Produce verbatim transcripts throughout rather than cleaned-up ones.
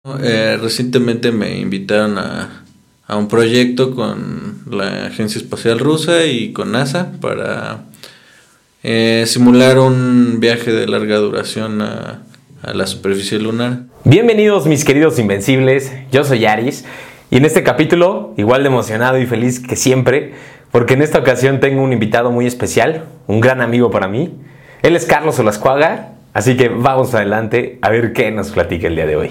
Eh, recientemente me invitaron a, a un proyecto con la Agencia Espacial Rusa y con NASA para eh, simular un viaje de larga duración a, a la superficie lunar. Bienvenidos mis queridos invencibles, yo soy Aris y en este capítulo igual de emocionado y feliz que siempre, porque en esta ocasión tengo un invitado muy especial, un gran amigo para mí. Él es Carlos Olascuaga, así que vamos adelante a ver qué nos platica el día de hoy.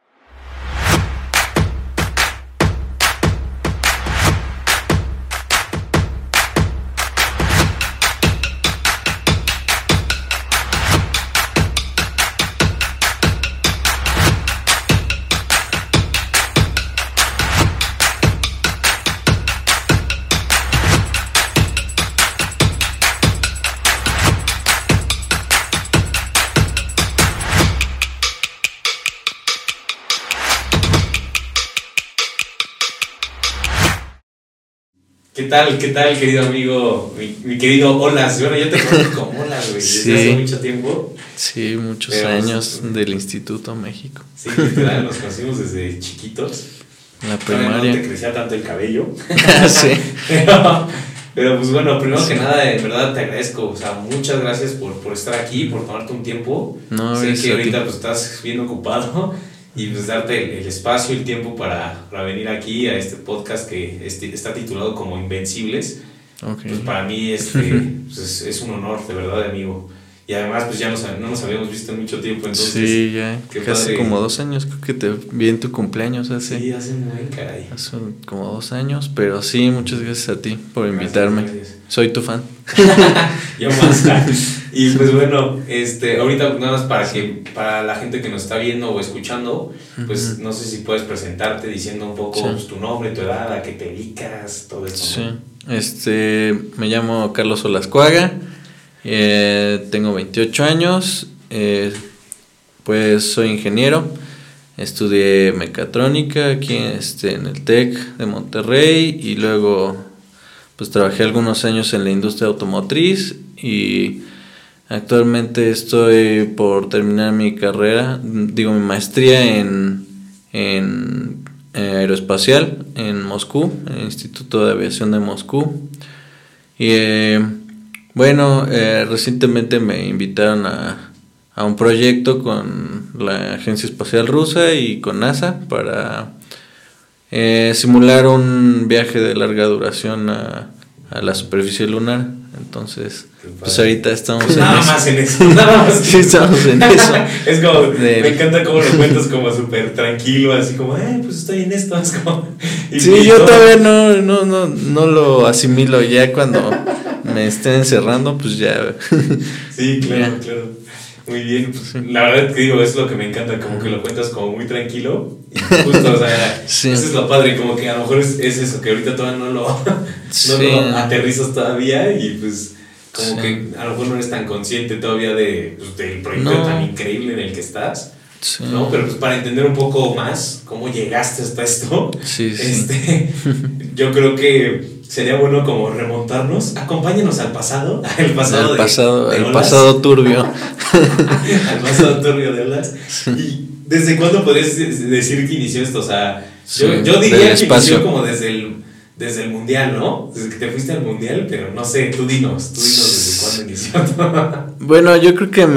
¿Qué tal, qué tal, querido amigo, mi, mi querido Olas? Bueno, yo te conozco como Olas, güey, desde Sí. hace mucho tiempo. Sí, muchos Pero, años del Instituto México. Sí, literal, nos conocimos desde chiquitos. La Todavía primaria. no te crecía tanto el cabello. Sí. Pero, pero pues bueno, primero Sí. que nada, en verdad te agradezco. O sea, muchas gracias por, por estar aquí, por tomarte un tiempo. No, sé gracias que a ahorita ti. pues estás bien ocupado y pues darte el, el espacio y el tiempo para, para venir aquí a este podcast que este, está titulado como Invencibles. Ok. Pues para mí este, pues es, es un honor, de verdad, amigo. Y además, pues ya nos, no nos habíamos visto en mucho tiempo, entonces... Sí, ya qué casi padre. como dos años, creo que te vi en tu cumpleaños hace, Sí, hace un buen caray. hace como dos años, pero sí, muchas gracias a ti por invitarme. Gracias, gracias. Soy tu fan. Yo más. Y pues bueno, este, ahorita nada más para que para la gente que nos está viendo o escuchando, pues Ujú. no sé si puedes presentarte diciendo un poco Sí. pues, tu nombre, tu edad, a qué te dedicas, todo eso. Sí, ¿no? este, me llamo Carlos Olascuaga, eh, tengo veintiocho años, eh, pues soy ingeniero, estudié mecatrónica aquí este, en el TEC de Monterrey y luego pues trabajé algunos años en la industria automotriz y actualmente estoy por terminar mi carrera, digo mi maestría en, en eh, aeroespacial en Moscú, en el Instituto de Aviación de Moscú. Y eh, bueno, eh, recientemente me invitaron a, a un proyecto con la Agencia Espacial Rusa y con NASA para eh, simular un viaje de larga duración a, a la superficie lunar. Entonces, pues ahorita estamos Pues en nada eso. más en eso, nada más. Sí, estamos en eso. Es como, De- me encanta cómo lo cuentas como súper tranquilo, así como, eh, pues estoy en esto, es como... y- Sí, y yo todo. todavía no, no, no, no lo asimilo. Ya cuando me estén encerrando, pues ya. Sí, claro, Ya. claro. Muy bien, pues, Sí. la verdad que digo, es lo que me encanta, como que lo cuentas como muy tranquilo y justo, o sea, Sí. eso es lo padre, como que a lo mejor es, es eso, que ahorita todavía no lo, no Sí. lo aterrizas todavía y pues como Sí. que a lo mejor no eres tan consciente todavía de, pues, del proyecto No. tan increíble en el que estás, Sí. ¿no? Pero pues para entender un poco más cómo llegaste hasta esto, Sí, sí. este, yo creo que sería bueno como remontarnos, acompáñanos al pasado, al pasado El de- pasado, de el Olas. pasado turbio. al pasado turbio de Olas. ¿Y desde cuándo podrías decir que inició esto? O sea, Sí, yo, yo del diría que espacio. inició como desde el, desde el mundial, ¿no? Desde que te fuiste al mundial, pero no sé, tú dinos, tú dinos desde cuándo inició todo. Bueno, yo creo que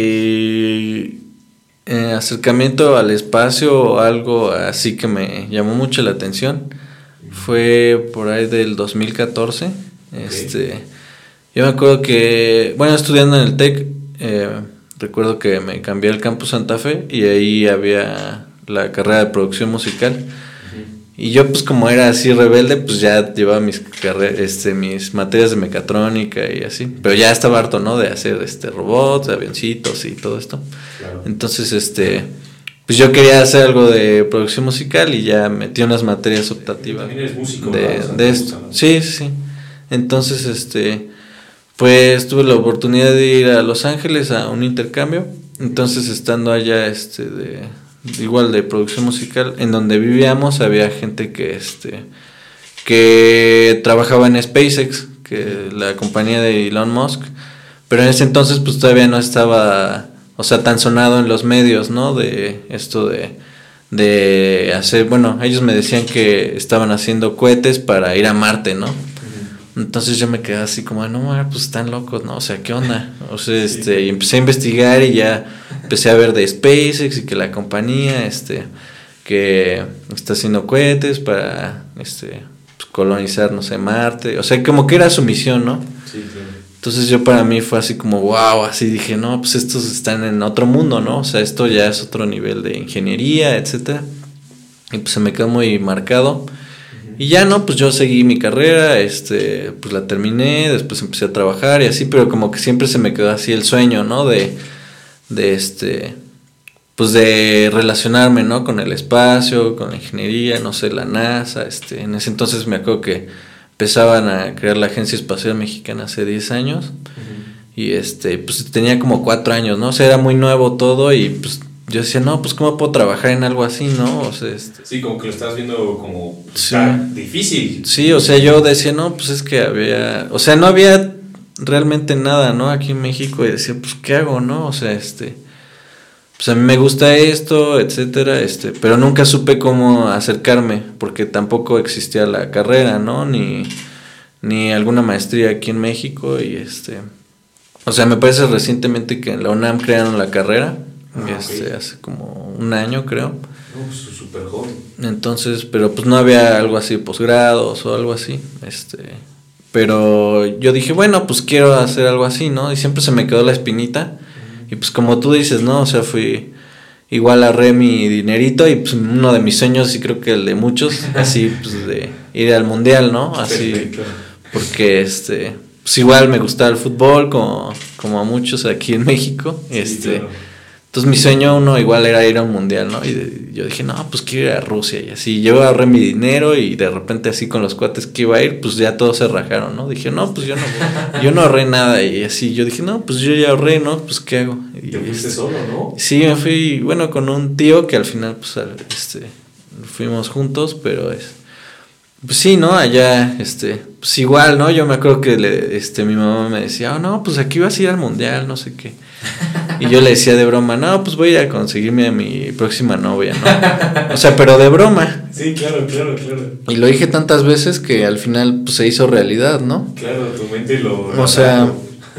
mi eh, acercamiento al espacio o algo así que me llamó mucho la atención fue por ahí del dos mil catorce. Este, yo me acuerdo que, bueno, estudiando en el TEC, eh, recuerdo que me cambié al Campus Santa Fe y ahí había la carrera de producción musical. Y yo pues como era así rebelde, pues ya llevaba mis carre- este mis materias de mecatrónica y así, pero ya estaba harto, ¿no? De hacer este robots, avioncitos y todo esto. Claro. Entonces, este pues yo quería hacer algo de producción musical y ya metí unas materias optativas También eres músico, de, ¿verdad? O sea, de te esto. gusta, ¿no? Sí, sí, sí. Entonces, este pues tuve la oportunidad de ir a Los Ángeles a un intercambio. Entonces, estando allá este de igual de producción musical, en donde vivíamos había gente que este que trabajaba en SpaceX, que la compañía de Elon Musk, pero en ese entonces pues todavía no estaba, o sea, tan sonado en los medios, ¿no? De esto de de hacer, bueno, ellos me decían que estaban haciendo cohetes para ir a Marte, ¿no? Entonces yo me quedé así como, no, pues están locos, ¿no? O sea, ¿qué onda? O sea, este, y empecé a investigar y ya empecé a ver de SpaceX y que la compañía, este, que está haciendo cohetes para, este, pues, colonizar, no sé, Marte. O sea, como que era su misión, ¿no? Sí, claro. Entonces yo para mí fue así como, wow, así dije, no, pues estos están en otro mundo, ¿no? O sea, esto ya es otro nivel de ingeniería, etcétera. Y pues se me quedó muy marcado. Y ya no, pues yo seguí mi carrera, este, pues la terminé, después empecé a trabajar y así, pero como que siempre se me quedó así el sueño, ¿no? De, de este, pues de relacionarme, ¿no? Con el espacio, con la ingeniería, no sé, la NASA, este, en ese entonces me acuerdo que empezaban a crear la Agencia Espacial Mexicana hace diez años, uh-huh. Y este, pues tenía como cuatro años, ¿no? O sea, era muy nuevo todo y pues yo decía, no, pues ¿cómo puedo trabajar en algo así, no? O sea, este... Sí, como que lo estás viendo como sí. difícil. Sí, o sea, yo decía, no, pues es que había, o sea, no había realmente nada, ¿no? Aquí en México, y decía, pues ¿qué hago, no? O sea, este, pues a mí me gusta esto, etcétera, este, pero nunca supe cómo acercarme, porque tampoco existía la carrera, ¿no? Ni, ni alguna maestría aquí en México, y este, o sea, me parece recientemente que en la UNAM crearon la carrera. Ah, este, okay. Hace como un año creo. No, pues súper joven. Entonces, pero pues no había algo así, posgrados o algo así. Este, pero yo dije, bueno, pues quiero hacer algo así, ¿no? Y siempre se me quedó la espinita. Uh-huh. Y pues como tú dices, ¿no? O sea, fui, igual ahorré mi dinerito y pues uno de mis sueños, y creo que el de muchos, así pues de ir al mundial, ¿no? Así, perfecto. Porque este, pues igual me gustaba el fútbol, como, como a muchos aquí en México. Sí, este. Claro. Entonces mi sueño uno igual era ir a un mundial, ¿no? Y de, yo dije, no, pues quiero ir a Rusia y así. Yo ahorré mi dinero y de repente así con los cuates que iba a ir, pues ya todos se rajaron, ¿no? Dije, no, pues yo no, yo no ahorré nada y así. Yo dije, no, pues yo ya ahorré, ¿no? Pues ¿qué hago? Y ¿te fuiste este, solo, no? Sí, me fui, bueno, con un tío que al final, pues, este, fuimos juntos, pero es... Pues sí, ¿no? Allá, este, pues igual, ¿no? Yo me acuerdo que le, este, mi mamá me decía, oh, no, pues aquí vas a ir al mundial, no sé qué. Y yo le decía de broma, no, pues voy a ir a conseguirme a mi próxima novia, ¿no? O sea, pero de broma. Sí, claro, claro, claro. Y lo dije tantas veces que al final, pues se hizo realidad, ¿no? Claro, tu mente lo... O sea,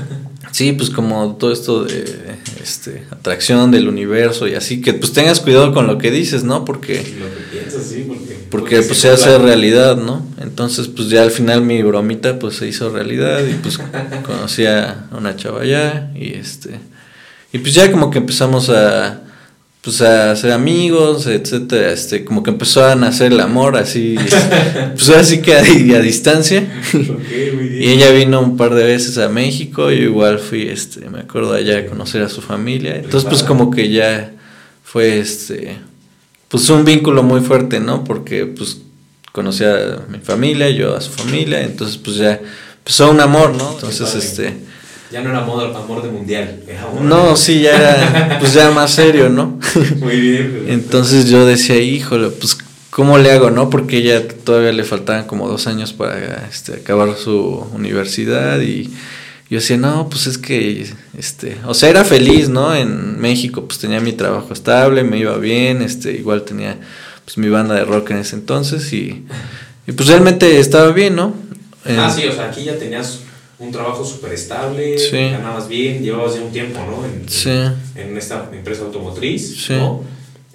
sí, pues como todo esto de, este, atracción del universo y así, que pues tengas cuidado con lo que dices, ¿no? Porque... Lo que piensas, sí, porque... Porque pues se hace realidad, ¿no? Entonces pues ya al final mi bromita pues se hizo realidad y pues conocí a una chava allá y este y pues ya como que empezamos a pues a ser amigos, etcétera, este como que empezó a nacer el amor así pues así que a, a distancia. Okay, muy bien. Y ella vino un par de veces a México, yo igual fui este me acuerdo allá a conocer a su familia, entonces pues como que ya fue este pues un vínculo muy fuerte, ¿no? Porque pues conocí a mi familia, yo a su familia, entonces pues ya empezó un amor, ¿no? Entonces este ya no era amor, amor de mundial, era amor. No, sí, ya era pues ya más serio, ¿no? Muy bien. Entonces yo decía, híjole, pues ¿cómo le hago, no? Porque ella todavía le faltaban como dos años para este acabar su universidad y yo decía, no, pues es que, este, o sea, era feliz, ¿no? En México, pues tenía mi trabajo estable, me iba bien, este, igual tenía, pues, mi banda de rock en ese entonces y, y pues realmente estaba bien, ¿no? Ah, eh, sí, o sea, aquí ya tenías un trabajo súper estable, sí. Ganabas bien, llevabas ya un tiempo, ¿no? En, sí. en, en esta empresa automotriz, sí. ¿no?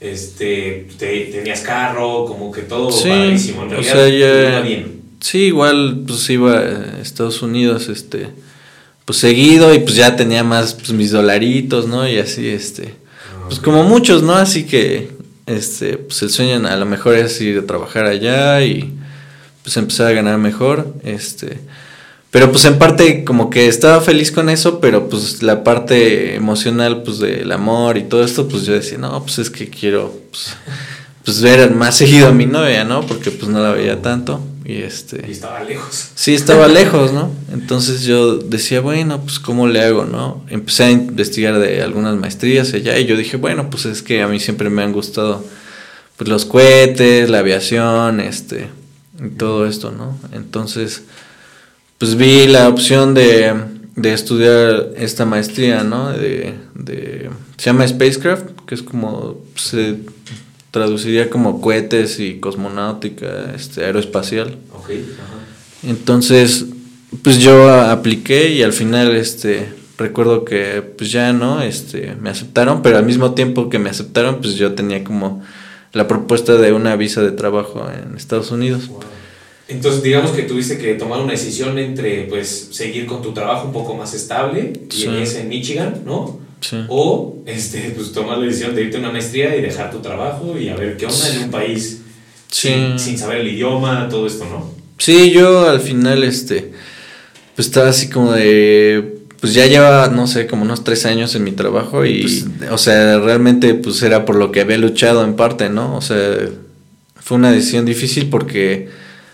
Este, te, tenías carro, como que todo sí. padrísimo, en realidad, o sea, ya, iba bien. Sí, igual, pues iba a Estados Unidos, este... pues seguido y pues ya tenía más pues mis dolaritos, ¿no? Y así, este, pues como muchos, ¿no? Así que, este, pues el sueño a lo mejor es ir a trabajar allá y pues empezar a ganar mejor, este, pero pues en parte como que estaba feliz con eso, pero pues la parte emocional, pues del amor y todo esto, pues yo decía, no, pues es que quiero, pues, pues ver más seguido a mi novia, ¿no? Porque pues no la veía tanto. Y este y estaba lejos. Sí, estaba lejos, ¿no? Entonces yo decía, bueno, pues ¿cómo le hago, no? Empecé a investigar de algunas maestrías allá y yo dije, bueno, pues es que a mí siempre me han gustado pues los cohetes, la aviación, este, y todo esto, ¿no? Entonces, pues vi la opción de, de estudiar esta maestría, ¿no? De, de se llama Spacecraft, que es como se traduciría como cohetes y cosmonáutica, este, aeroespacial. Ok, ajá. Entonces, pues yo apliqué y al final, este, recuerdo que, pues ya, ¿no? Este, me aceptaron, pero al mismo tiempo que me aceptaron, pues yo tenía como la propuesta de una visa de trabajo en Estados Unidos. Wow. Entonces, digamos que tuviste que tomar una decisión entre, pues, seguir con tu trabajo un poco más estable, y Sí. es en Michigan, ¿no? Sí. O, este, pues, tomar la decisión de irte a una maestría y dejar tu trabajo y a ver qué onda en un país Sí. sin, sin saber el idioma, todo esto, ¿no? Sí, yo al final, este, pues estaba así como de, pues ya llevaba, no sé, como unos tres años en mi trabajo y, pues, o sea, realmente, pues era por lo que había luchado en parte, ¿no? O sea, fue una decisión difícil porque,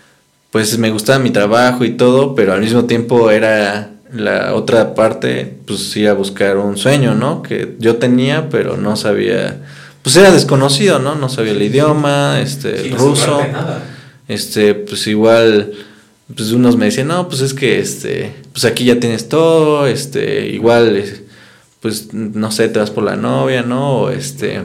pues me gustaba mi trabajo y todo, pero al mismo tiempo era la otra parte, pues ir a buscar un sueño, ¿no? Que yo tenía, pero no sabía, pues era desconocido, ¿no? No sabía el idioma, este, Sin ruso. asegurarte nada. Este, pues igual, pues unos me decían, no, pues es que, este, pues aquí ya tienes todo, este, igual, eh, pues, no sé, te vas por la novia, ¿no? O este,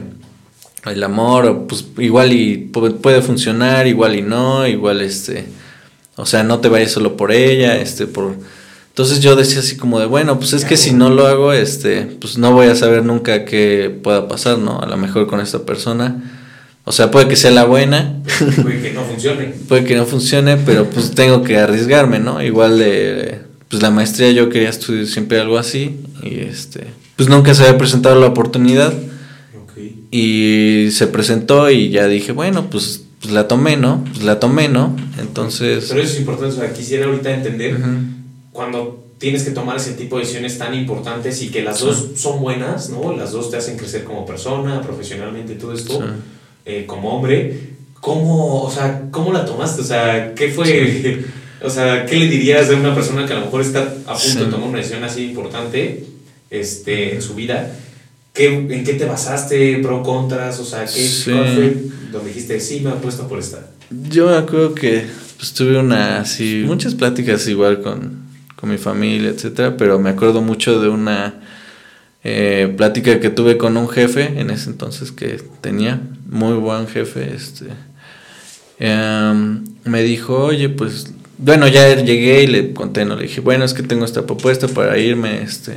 el amor, o pues igual y pu- puede funcionar, igual y no, igual, este, o sea, no te vayas solo por ella, este, por... Entonces yo decía así como de, bueno, pues es que si no lo hago, este, pues no voy a saber nunca qué pueda pasar, ¿no? A lo mejor con esta persona. O sea, puede que sea la buena, Puede que no funcione. puede que no funcione, pero pues tengo que arriesgarme, ¿no? Igual de, pues la maestría yo quería estudiar siempre algo así y este, pues nunca se había presentado la oportunidad Okay. y se presentó y ya dije, bueno, pues, pues la tomé, ¿no? Pues la tomé, ¿no? Entonces... Pero eso es importante, o sea, quisiera ahorita entender uh-huh. cuando tienes que tomar ese tipo de decisiones tan importantes y que las Sí. dos son buenas, ¿no? Las dos te hacen crecer como persona, profesionalmente, todo esto, Sí. eh, como hombre. ¿Cómo, o sea, cómo la tomaste? O sea, ¿qué fue? Sí. O sea, ¿qué le dirías a una persona que a lo mejor está a punto sí. de tomar una decisión así importante este, en su vida? ¿Qué, ¿En qué te basaste? ¿Pro, contras? O sea, ¿qué sí. ¿cuál fue donde dijiste, sí, me apuesto por esta? Yo me acuerdo que pues, tuve una, así, muchas pláticas igual con, con mi familia, etcétera, pero me acuerdo mucho de una eh, plática que tuve con un jefe en ese entonces que tenía, muy buen jefe, este, eh, me dijo, oye, pues, bueno, ya llegué y le conté, no, le dije, bueno, es que tengo esta propuesta para irme, este,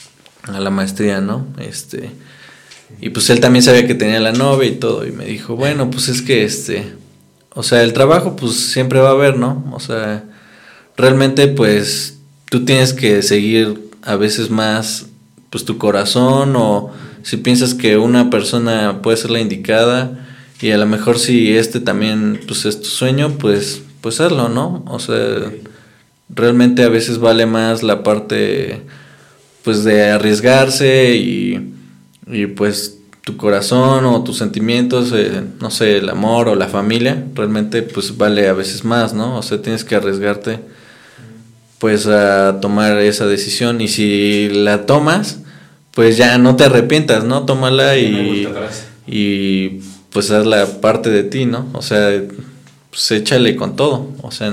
a la maestría, ¿no? Este, y pues él también sabía que tenía la novia y todo, y me dijo, bueno, pues es que, este, o sea, el trabajo, pues, siempre va a haber, ¿no? O sea, realmente, pues, tú tienes que seguir a veces más, pues, tu corazón, o si piensas que una persona puede ser la indicada, y a lo mejor si este también, pues, es tu sueño, pues, pues hazlo, ¿no? O sea, realmente a veces vale más la parte, pues, de arriesgarse y, y pues, tu corazón o tus sentimientos, eh, no sé, el amor o la familia, realmente, pues, vale a veces más, ¿no? O sea, tienes que arriesgarte, pues, a tomar esa decisión, y si la tomas, pues, ya no te arrepientas, ¿no? Tómala y, y pues, haz la parte de ti, ¿no? O sea, pues, échale con todo, o sea,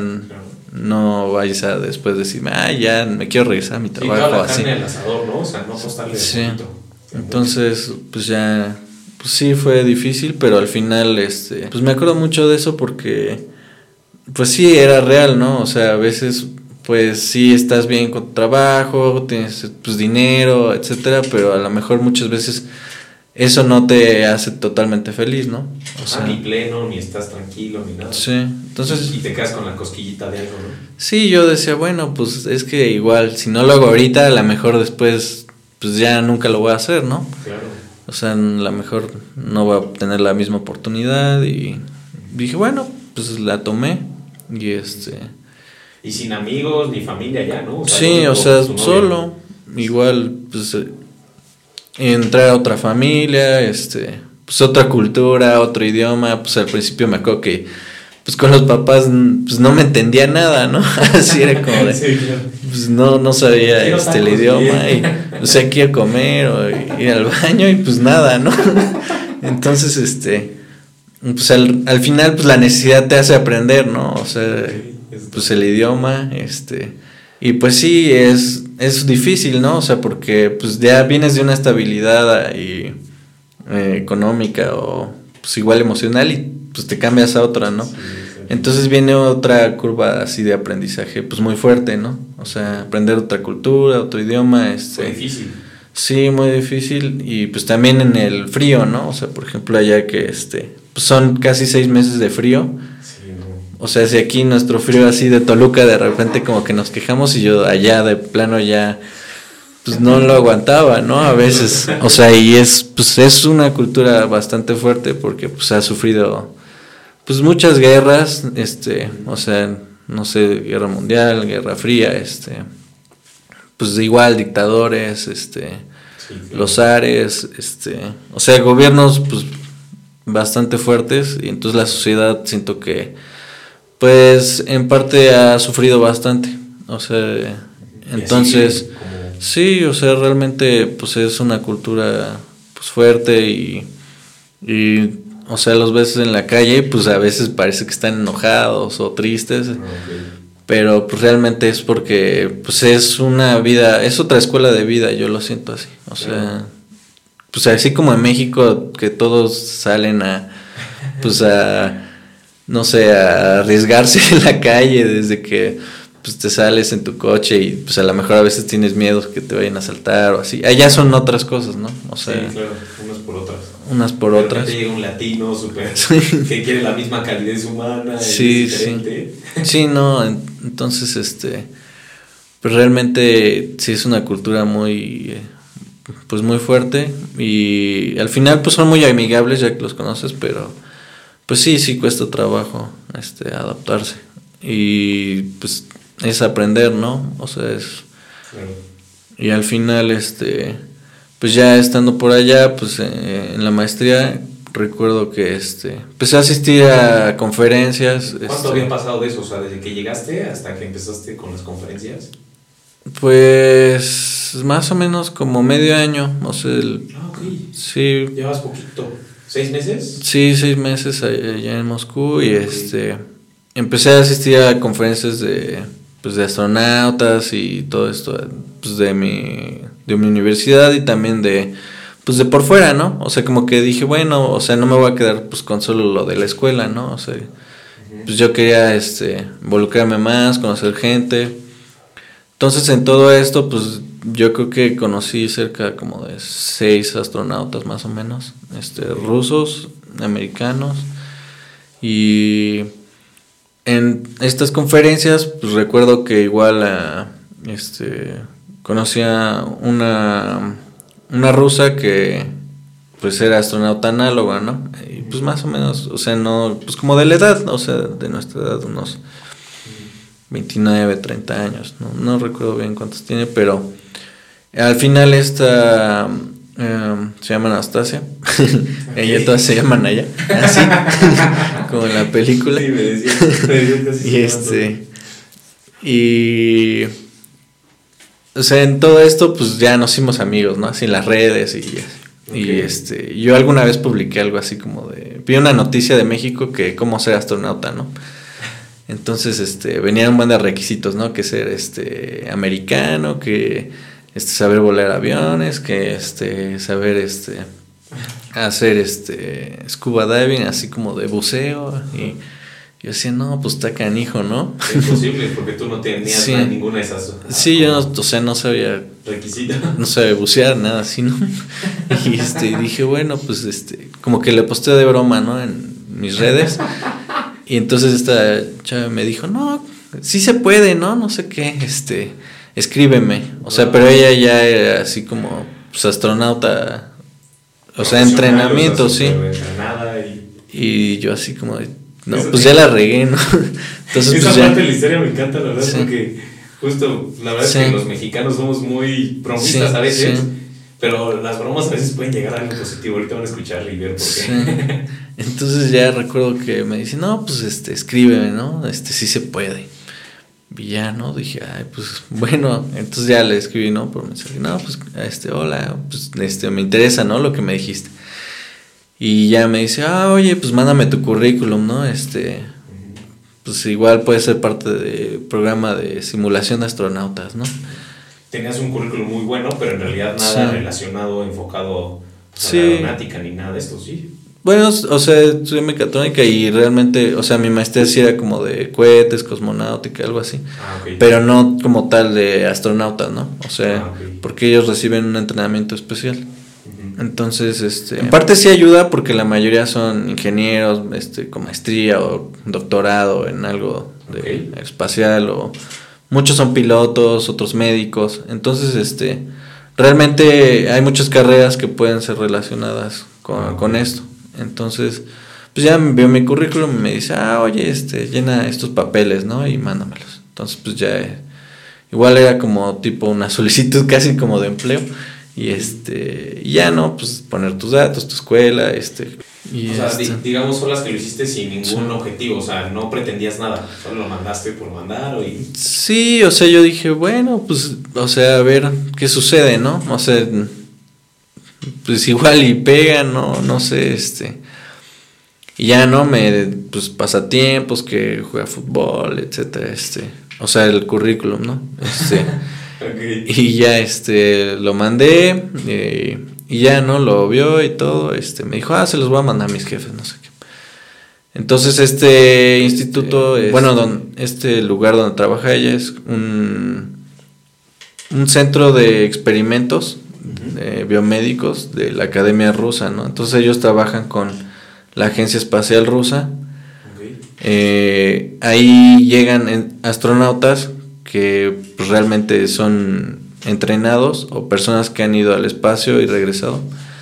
no vayas a después decirme, ah, ya me quiero regresar a mi trabajo, sí, toda la así. carne al asador, ¿no? O sea, no costarle sí. de poquito. Entonces, pues ya, pues sí fue difícil, pero al final, este, pues me acuerdo mucho de eso porque, pues sí, era real, ¿no? O sea, a veces, pues sí estás bien con tu trabajo, tienes, pues, dinero, etcétera, pero a lo mejor muchas veces eso no te hace totalmente feliz, ¿no? O sea, ni pleno, ni estás tranquilo, ni nada. Sí, entonces... Y te quedas con la cosquillita de algo, ¿no? Sí, yo decía, bueno, pues es que igual, si no lo hago ahorita, a lo mejor después, pues ya nunca lo voy a hacer, ¿no? Claro. O sea, a lo mejor no voy a tener la misma oportunidad y dije, bueno, pues la tomé y este... Y sin amigos, ni familia ya, ¿no? O sea, sí, o sea, solo, igual, pues... entrar a otra familia, este, pues otra cultura, otro idioma, pues al principio me acuerdo que pues con los papás pues no me entendía nada, ¿no? Así era como de, sí, claro. Pues no, no sabía este el idioma y o sea, aquí a comer o ir al baño y pues nada, ¿no? Entonces, este, pues al, al final pues la necesidad te hace aprender, ¿no? O sea, pues el idioma, este, y pues sí, es, es difícil, ¿no? O sea, porque pues ya vienes de una estabilidad y, eh, económica o pues igual emocional y pues te cambias a otra, ¿no? Sí, sí. Entonces viene otra curva así de aprendizaje pues muy fuerte, ¿no? O sea, aprender otra cultura, otro idioma, este... Fue difícil. Sí, muy difícil y pues también en el frío, ¿no? O sea, por ejemplo allá que este, pues son casi seis meses de frío. Sí, no. O sea, si aquí nuestro frío así de Toluca de repente como que nos quejamos y yo allá de plano ya pues no lo aguantaba, ¿no? A veces, o sea, y es pues es una cultura bastante fuerte porque pues ha sufrido pues muchas guerras, este, o sea, no sé, guerra mundial, guerra fría, este, pues igual dictadores, este, Sí, claro. los zares, este, o sea, gobiernos pues bastante fuertes y entonces la sociedad siento que pues en parte ha sufrido bastante, o sea, entonces Y así, como- sí, o sea, realmente pues es una cultura pues fuerte y, y o sea, los ves en la calle, pues a veces parece que están enojados o tristes, Ah, ok. pero pues realmente es porque pues es una vida, es otra escuela de vida, yo lo siento así, o sea, Claro. pues así como en México que todos salen a pues a no sé, a arriesgarse en la calle desde que pues te sales en tu coche y pues a lo mejor a veces tienes miedo que te vayan a asaltar o así. Allá son otras cosas, ¿no? O sea, Sí, claro, unas por otras. unas por De otras. repente llega un latino súper Sí. que quiere la misma calidez humana. y Sí, es sí. diferente. Sí, no, en- entonces este pues realmente sí es una cultura muy eh, pues muy fuerte y al final pues son muy amigables ya que los conoces, pero pues sí, sí cuesta trabajo este adaptarse y pues es aprender, ¿no? O sea, es Claro. y al final este pues ya estando por allá, pues eh, en la maestría recuerdo que este empecé a asistir a conferencias, ¿Cuánto este, había pasado de eso? O sea, desde que llegaste hasta que empezaste con las conferencias. pues más o menos como medio año, o sea, el- Ah, ok. sí, Llevas poquito. ¿Seis meses? sí, seis meses allá en Moscú y este empecé a asistir a conferencias de pues de astronautas y todo esto pues de mi de mi universidad y también de pues de por fuera, ¿no? O sea, como que dije, bueno, o sea, no me voy a quedar pues con solo lo de la escuela, ¿no? O sea, pues yo quería este involucrarme más, conocer gente. Entonces, en todo esto, pues yo creo que conocí cerca como de seis astronautas más o menos, este, rusos, americanos, y en estas conferencias, pues recuerdo que igual a, este, conocí a una, una rusa que pues era astronauta análoga, ¿no? Y pues más o menos, o sea, no, pues como de la edad, o sea, de nuestra edad, unos veintinueve, treinta años, no, no recuerdo bien cuántos tiene, pero al final esta eh, se llama Anastasia, ella todas se llaman allá, así, como en la película, Sí, me decías. me decías que así y se este, y, o sea, en todo esto, pues ya nos hicimos amigos, ¿no? Así en las redes y y Ok. este, yo alguna vez publiqué algo así como de, vi una noticia de México que cómo ser astronauta, ¿no? Entonces, este, venían un buen de requisitos, ¿no? Que ser, este, americano, que, este, saber volar aviones, que, este, saber, este, hacer, este, scuba diving, así como de buceo, y yo decía, no, pues está canijo, ¿no? Es imposible porque tú no tenías Sí. nada- ninguna de esas. Sí, yo, no, o sea, no sabía, Requisitos. no sabía bucear, nada así, ¿no? Y, este, dije, bueno, pues, este, como que le posté de broma, ¿no? En mis redes. Y entonces esta chava me dijo, no, sí se puede, ¿no? No sé qué, este, escríbeme. O sea, pero ella ya era así como, pues, astronauta, o sea, entrenamiento, sí. Entrenada y... Y yo así como, de, no, Eso pues sí. ya la regué, ¿no? Entonces, Esa pues ya. parte de la historia me encanta, la verdad, Sí. porque justo, la verdad Sí. es que los mexicanos somos muy bromistas Sí, a veces, sí. pero las bromas a veces pueden llegar a algo positivo. Ahorita van a escuchar y ver por qué. Sí. Entonces ya recuerdo que me dice, no, pues este, escríbeme, ¿no? Este, sí se puede. Y ya, ¿no? Dije, ay, pues bueno, entonces ya le escribí, ¿no? Por mensaje, no, pues, este, hola, pues, este, me interesa, ¿no? Lo que me dijiste. Y ya me dice, ah, oye, pues mándame tu currículum, ¿no? Este, pues igual puede ser parte del programa de simulación de astronautas, ¿no? Tenías un currículum muy bueno, pero en realidad nada Sí. relacionado, enfocado pues, a Sí. la aeronáutica ni nada de esto, ¿sí? Bueno, o sea, estudié mecatrónica y realmente, o sea, mi maestría sí era como de cohetes, cosmonáutica, algo así. Ah, okay. Pero no como tal de astronautas, ¿no? O sea, Ah, okay. porque ellos reciben un entrenamiento especial. Uh-huh. Entonces, este, en parte sí ayuda porque la mayoría son ingenieros, este, con maestría o doctorado en algo de Okay. espacial, o muchos son pilotos, otros médicos. Entonces, este, realmente hay muchas carreras que pueden ser relacionadas con, Okay. con esto. Entonces, pues ya me vio mi currículum y me dice, ah, oye, este, llena estos papeles, ¿no? Y mándamelos. Entonces, pues ya, eh, igual era como tipo una solicitud casi como de empleo. Y este, y ya, ¿no? Pues poner tus datos, tu escuela, este. Y o sea, este, di- digamos, son las que lo hiciste sin ningún sí. objetivo, o sea, no pretendías nada, solo lo mandaste por mandar o y... Sí, o sea, yo dije, bueno, pues, o sea, a ver qué sucede, ¿no? O sea, pues igual y pega, ¿no? No sé, este. Y ya, ¿no? Me, pues, pasatiempos, que juega fútbol, etcétera, este. O sea, el currículum, ¿no? Este. Okay. Y ya, este, lo mandé, eh, y ya, ¿no? Lo vio y todo, este, me dijo, ah, se los voy a mandar a mis jefes, no sé qué. Entonces, este instituto, este, bueno, don, este lugar donde trabaja ella es un, un centro de experimentos Uh-huh. eh, biomédicos de la Academia Rusa, ¿no? Entonces ellos trabajan con la Agencia Espacial Rusa. Okay. Eh, ahí llegan en- astronautas que pues, realmente son entrenados o personas que han ido al espacio y regresado.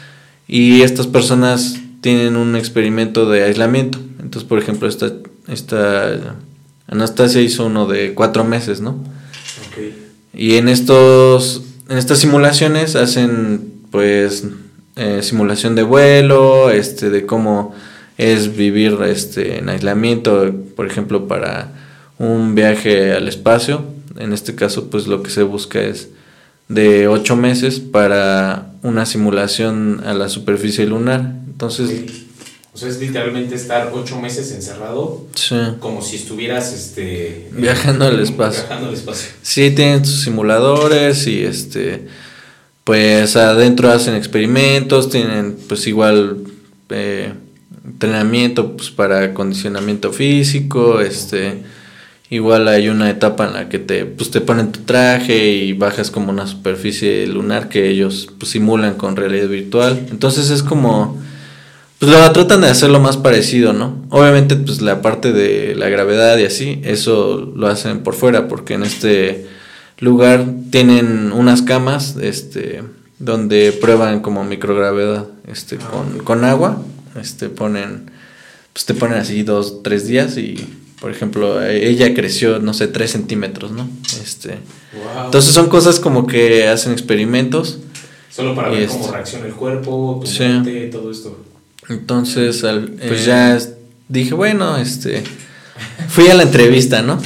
Y estas personas tienen un experimento de aislamiento. Entonces, por ejemplo, esta, esta Anastasia hizo uno de cuatro meses, ¿no? Okay. Y en estos, en estas simulaciones hacen, pues, eh, simulación de vuelo, este, de cómo es vivir, este, en aislamiento, por ejemplo, para un viaje al espacio. En este caso, pues, lo que se busca es de ocho meses para una simulación a la superficie lunar. Entonces, Okay. O sea, es literalmente estar ocho meses encerrado, sí, como si estuvieras, este... Viajando al espacio. Viajando al espacio. sí tienen sus simuladores y este, pues adentro hacen experimentos, tienen pues igual eh, entrenamiento pues para acondicionamiento físico, este, igual hay una etapa en la que te pues te ponen tu traje y bajas como una superficie lunar que ellos pues simulan con realidad virtual. Entonces es como pues lo tratan de hacer lo más parecido, ¿no? Obviamente, pues la parte de la gravedad y así, eso lo hacen por fuera, porque en este lugar tienen unas camas, este, donde prueban como microgravedad, este, con, con agua, este, ponen, pues te ponen así dos, tres días y, por ejemplo, ella creció, no sé, tres centímetros, ¿no? Este, Wow. entonces son cosas como que hacen experimentos. Solo para y ver este, cómo reacciona el cuerpo, tu sí. mente, todo esto. Entonces, al, pues Eh. ya es- dije, bueno, este, fui a la entrevista, ¿no?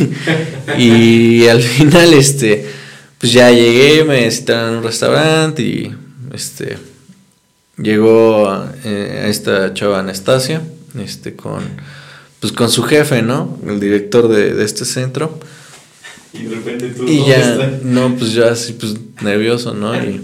Y al final, este, pues ya llegué, me citaron en un restaurante y, este, llegó eh, esta chava Anastasia, este, con, pues con su jefe, ¿no? El director de, de este centro. Y de repente tú, Y ¿dónde ya, estás? no, pues yo así, pues nervioso, ¿no? Y,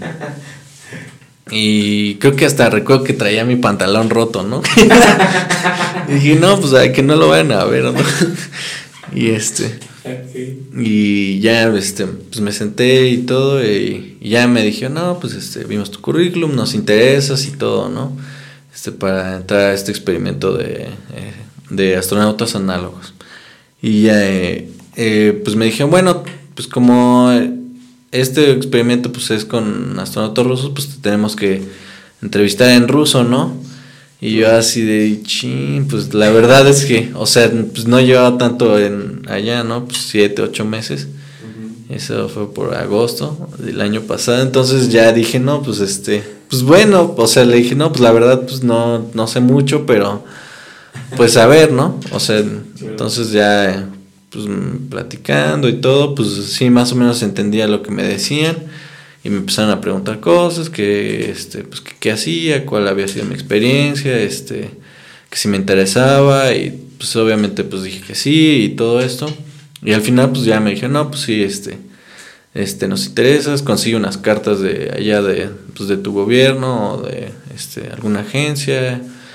y creo que hasta recuerdo que traía mi pantalón roto, ¿no? Y dije, no, pues ay, que no lo vayan a ver, ¿no? Y este, Okay. y ya, este, pues me senté y todo, y, y ya me dijeron, no, pues este, vimos tu currículum, nos interesas y todo, ¿no? Este, para entrar a este experimento de, eh, de astronautas análogos. Y ya, eh, eh, pues me dijeron, bueno, pues como este experimento pues es con astronautas rusos, pues te tenemos que entrevistar en ruso, ¿no? Y yo así de, chin, pues la verdad es que, o sea, pues no llevaba tanto en allá, ¿no? Pues siete, ocho meses. Uh-huh. Eso fue por agosto del año pasado. Entonces ya dije, no, pues este, pues bueno, o sea, le dije, no, pues la verdad, pues no, no sé mucho, pero pues a ver, ¿no? O sea, entonces ya, pues platicando y todo, pues sí, más o menos entendía lo que me decían. Y me empezaron a preguntar cosas, que, este, pues, que, qué hacía, cuál había sido mi experiencia, este, que si me interesaba, y pues obviamente pues dije que sí, y todo esto. Y al final pues ya me dije, no, pues sí, este, este, nos interesas, consigue unas cartas de allá de, pues, de tu gobierno, o de, este, alguna agencia,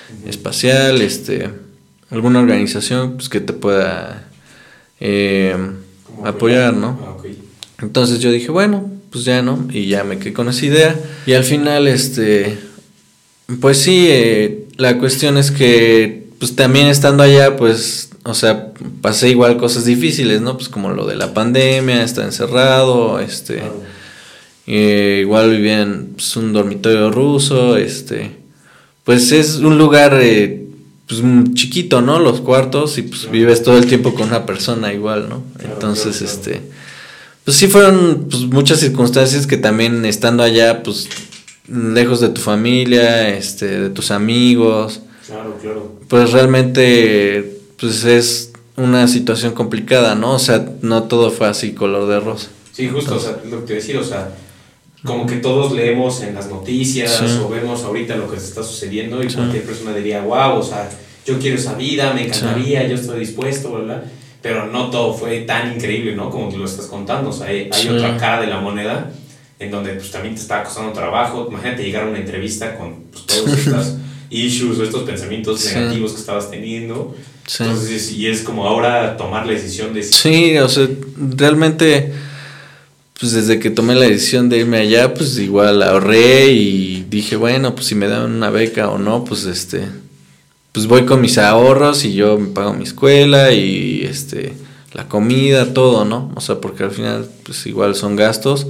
uh-huh. espacial, este, alguna organización pues, que te pueda eh, apoyar, ¿no? Ah, okay. Entonces yo dije, bueno, pues ya, ¿no? Y ya me quedé con esa idea. Y al final, este, pues sí, eh, la cuestión es que, pues también estando allá, pues, o sea, pasé igual cosas difíciles, ¿no? Pues como lo de la pandemia, estar encerrado, este, claro. eh, igual vivía en pues, un dormitorio ruso, este, pues es un lugar, eh, pues chiquito, ¿no? Los cuartos y pues claro. vives todo el tiempo con una persona igual, ¿no? Claro, Entonces, claro, claro. este... Pues sí fueron pues, muchas circunstancias que también estando allá, pues lejos de tu familia, este, de tus amigos. Claro, claro. Pues realmente, pues es una situación complicada, ¿no? O sea, no todo fue así color de rosa. Sí, justo, Entonces, o sea, lo que te iba a decir, o sea, como que todos leemos en las noticias sí. o vemos ahorita lo que está sucediendo y sí. cualquier persona diría, wow, o sea, yo quiero esa vida, me encantaría, sí. yo estoy dispuesto, ¿verdad? Pero no todo fue tan increíble, ¿no? Como tú lo estás contando. O sea, hay, hay sí. otra cara de la moneda en donde pues también te está costando trabajo. Imagínate llegar a una entrevista con pues, todos estos issues o estos pensamientos sí. negativos que estabas teniendo. Sí. Entonces, y es como ahora tomar la decisión de... Sí, o sea, realmente, pues desde que tomé la decisión de irme allá, pues igual ahorré y dije, bueno, pues si me dan una beca o no, pues este... pues voy con mis ahorros y yo me pago mi escuela y este la comida, todo, ¿no? O sea, porque al final pues igual son gastos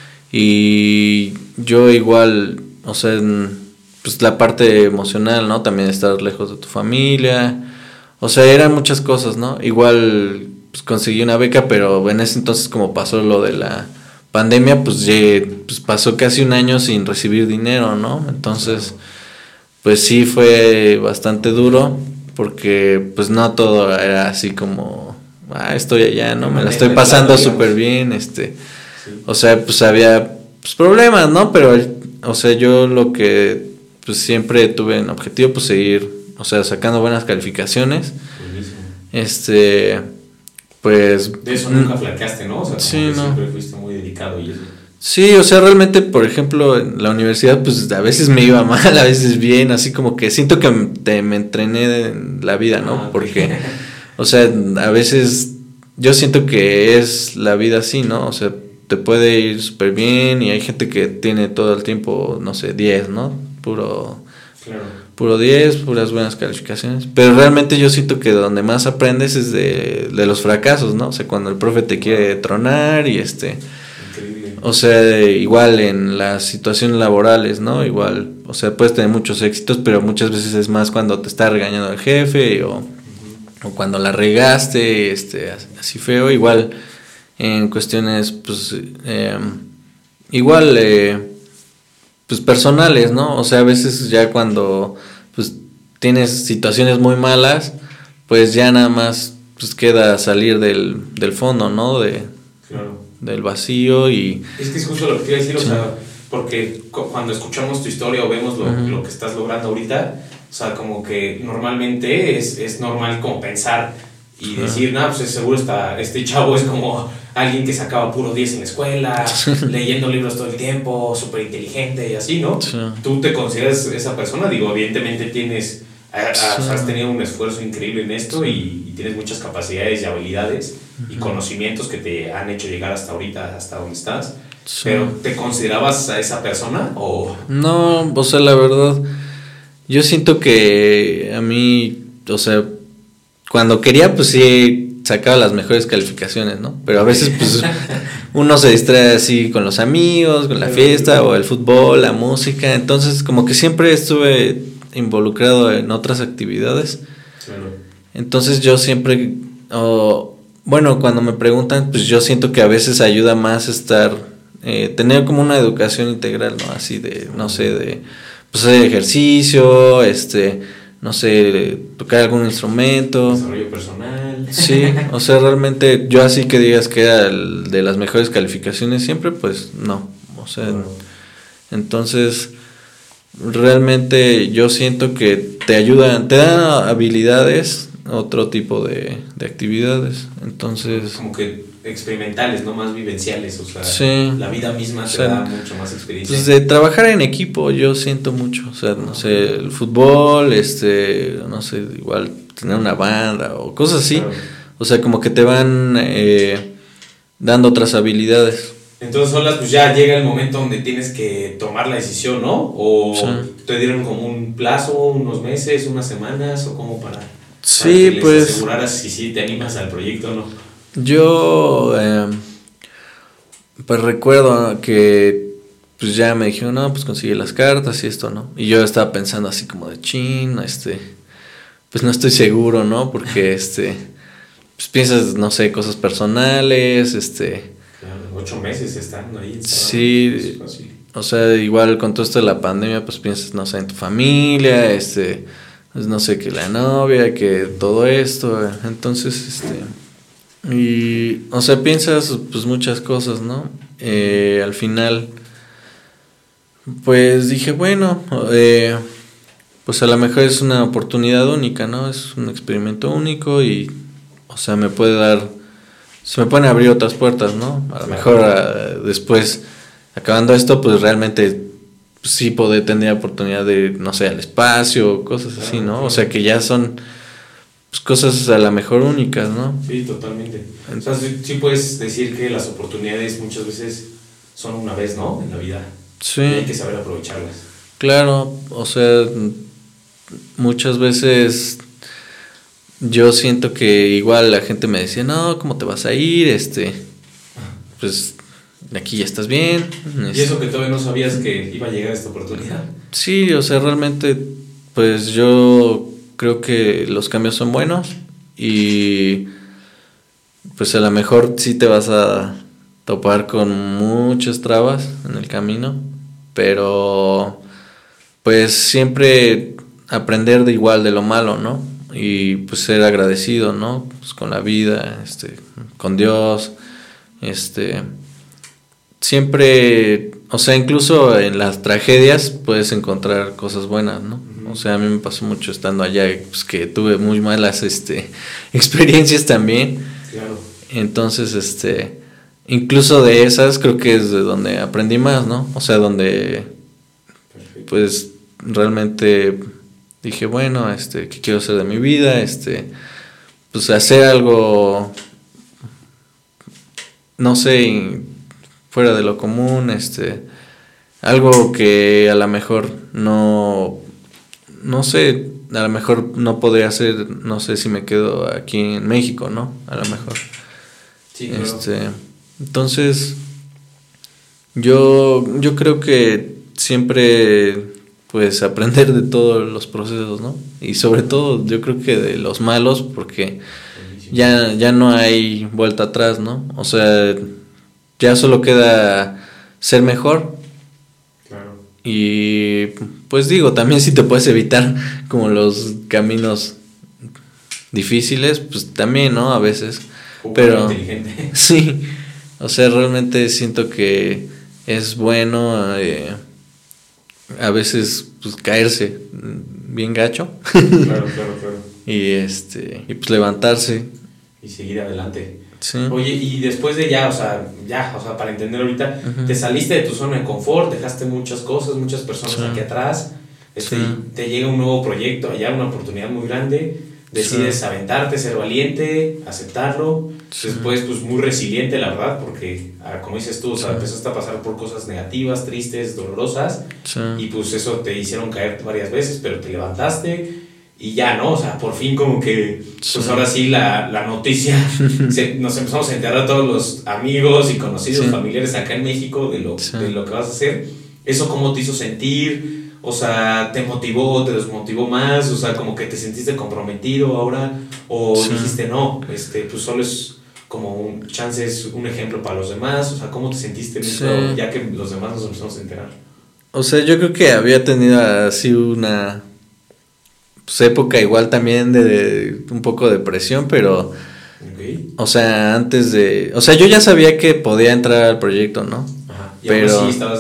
y yo igual, o sea, pues la parte emocional, ¿no? También estar lejos de tu familia, o sea, eran muchas cosas, ¿no? Igual pues conseguí una beca, pero en ese entonces como pasó lo de la pandemia, pues, ya, pues pasó casi un año sin recibir dinero, ¿no? Entonces... pues sí fue bastante duro porque pues no todo era así como ah estoy allá, no me la estoy pasando súper bien, este sí. o sea pues había pues, problemas, ¿no? Pero o sea yo lo que pues siempre tuve en objetivo pues seguir, o sea sacando buenas calificaciones. Buenísimo. Este pues de eso nunca flaqueaste, ¿no? O sea, sí, no. siempre fuiste muy dedicado y eso. Sí, o sea, realmente, por ejemplo, en la universidad, pues a veces me iba mal, a veces bien, así como que siento que te, me entrené en la vida, ¿no? Ah, porque, okay. o sea, a veces yo siento que es la vida así, ¿no? O sea, te puede ir súper bien y hay gente que tiene todo el tiempo, no sé, diez, ¿no? Puro, claro. puro diez, puras buenas calificaciones. Pero realmente yo siento que donde más aprendes es de, de los fracasos, ¿no? O sea, cuando el profe te quiere tronar y este... O sea, igual en las situaciones laborales, ¿no? Igual, o sea, puedes tener muchos éxitos, pero muchas veces es más cuando te está regañando el jefe o, uh-huh. o cuando la regaste, este, así feo. Igual en cuestiones, pues, eh, igual, eh, pues personales, ¿no? O sea, a veces ya cuando, pues, tienes situaciones muy malas, pues ya nada más, pues, queda salir del, del fondo, ¿no? De, claro. del vacío y... Es que es justo lo que te iba a decir, sí. o sea, porque cu- cuando escuchamos tu historia o vemos lo, uh-huh. lo que estás logrando ahorita, o sea, como que normalmente es, es normal como pensar y uh-huh. decir, no, pues seguro está, este chavo es como alguien que sacaba puro diez en la escuela, leyendo libros todo el tiempo, súper inteligente y así, ¿no? Sí. ¿Tú te consideras esa persona? Digo, evidentemente tienes, has, sí. has tenido un esfuerzo increíble en esto y, y tienes muchas capacidades y habilidades y conocimientos que te han hecho llegar hasta ahorita, hasta donde estás. Sí. Pero ¿te considerabas a esa persona o...? No, o sea, la verdad, yo siento que a mí, o sea, cuando quería, pues sí, sacaba las mejores calificaciones, ¿no? Pero a veces, pues, uno se distrae así con los amigos, con la fiesta, o el fútbol, la música. Entonces, como que siempre estuve involucrado en otras actividades. Claro. Entonces, yo siempre... Oh, bueno, cuando me preguntan, pues yo siento que a veces ayuda más estar, eh, tener como una educación integral, ¿no? Así de, no sé, de, pues hacer ejercicio, este, no sé, tocar algún instrumento. Desarrollo personal. Sí, o sea, realmente yo así que digas que era el de las mejores calificaciones siempre, pues no, o sea, bueno. Entonces, realmente yo siento que te ayudan, te dan habilidades, otro tipo de, de actividades. Entonces... Como que experimentales, no más vivenciales, o sea, sí, la vida misma te o sea, da mucho más experiencia. Pues de trabajar en equipo yo siento mucho, o sea, no sé, el fútbol, este, no sé, igual tener una banda o cosas así, claro. O sea, como que te van eh, dando otras habilidades. Entonces, Solas, pues ya llega el momento donde tienes que tomar la decisión, ¿no? O sí. Te dieron como un plazo, unos meses, unas semanas, o como para, sí, para que les pues, aseguraras si sí te animas al proyecto o no. Yo, eh, pues recuerdo que pues ya me dijeron, no, pues consigue las cartas y esto, ¿no? Y yo estaba pensando así como de chin, este, pues no estoy seguro, ¿no? Porque, este, pues piensas, no sé, cosas personales, este... Claro, ocho meses estando ahí. Sí, o sea, igual con todo esto de la pandemia, pues piensas, no sé, en tu familia, este, pues no sé, que la novia, que todo esto, entonces, este... Y, o sea, piensas pues muchas cosas, ¿no? Eh, al final, pues dije, bueno, eh, pues a lo mejor es una oportunidad única, ¿no? Es un experimento único y, o sea, me puede dar, se me pueden abrir otras puertas, ¿no? A lo mejor a, después, acabando esto, pues realmente pues, sí poder tener oportunidad de, no sé, al espacio, cosas así, ¿no? O sea, que ya son... pues cosas a lo mejor únicas, ¿no? Sí, totalmente. O sea, sí, sí puedes decir que las oportunidades muchas veces son una vez, ¿no? En la vida. Sí. Y hay que saber aprovecharlas. Claro, o sea, muchas veces yo siento que igual la gente me decía, no, ¿cómo te vas a ir? Este, pues aquí ya estás bien. ¿Y eso que todavía no sabías que iba a llegar esta oportunidad? Sí, o sea, realmente, pues yo... creo que los cambios son buenos y pues a lo mejor sí te vas a topar con muchas trabas en el camino, pero pues siempre aprender de igual de lo malo, ¿no? Y pues ser agradecido, ¿no? Pues con la vida, este, con Dios, este, siempre, o sea, incluso en las tragedias puedes encontrar cosas buenas, ¿no? O sea, a mí me pasó mucho estando allá, pues que tuve muy malas este, experiencias también. Claro. Entonces, este, incluso de esas creo que es de donde aprendí más, ¿no? O sea, donde, perfecto, pues realmente dije, bueno, este, ¿qué quiero hacer de mi vida? Este, pues hacer algo, no sé, fuera de lo común, este, algo que a lo mejor no... no sé, a lo mejor no podría hacer, no sé si me quedo aquí en México, ¿no? A lo mejor. Sí, claro. Este, entonces, yo, yo creo que siempre, pues, aprender de todos los procesos, ¿no? Y sobre todo, yo creo que de los malos, porque ya, ya no hay vuelta atrás, ¿no? O sea, ya solo queda ser mejor. Y pues digo, también si te puedes evitar como los caminos difíciles, pues también, ¿no? A veces. Un pero inteligente. Sí, o sea, realmente siento que es bueno eh, a veces pues caerse bien gacho. Claro, claro, claro. Y este, y pues levantarse. Y seguir adelante. Sí. Oye, y después de ya, o sea, ya, o sea, para entender ahorita, uh-huh, te saliste de tu zona de confort, dejaste muchas cosas, muchas personas sí. aquí atrás, este, sí. te llega un nuevo proyecto, allá una oportunidad muy grande, decides sí. aventarte, ser valiente, aceptarlo, sí. después pues muy resiliente, la verdad, porque como dices tú, o sea, sí. empezaste a pasar por cosas negativas, tristes, dolorosas, sí. y pues eso te hicieron caer varias veces, pero te levantaste. Y ya, ¿no? O sea, por fin como que, pues sí. ahora sí la, la noticia, se, nos empezamos a enterar a todos los amigos y conocidos, sí. familiares acá en México de lo, sí. de lo que vas a hacer. ¿Eso cómo te hizo sentir? O sea, ¿te motivó, te desmotivó más? O sea, como que te sentiste comprometido ahora, o sí. dijiste, no, este, pues solo es como un chance, es un ejemplo para los demás. O sea, ¿cómo te sentiste en sí. esto, ya que los demás nos empezamos a enterar? O sea, yo creo que había tenido así una... pues época igual también de, de un poco de depresión, pero okay. o sea, antes de, o sea, yo ya sabía que podía entrar al proyecto, ¿no? Ajá. Y pero ahora sí estabas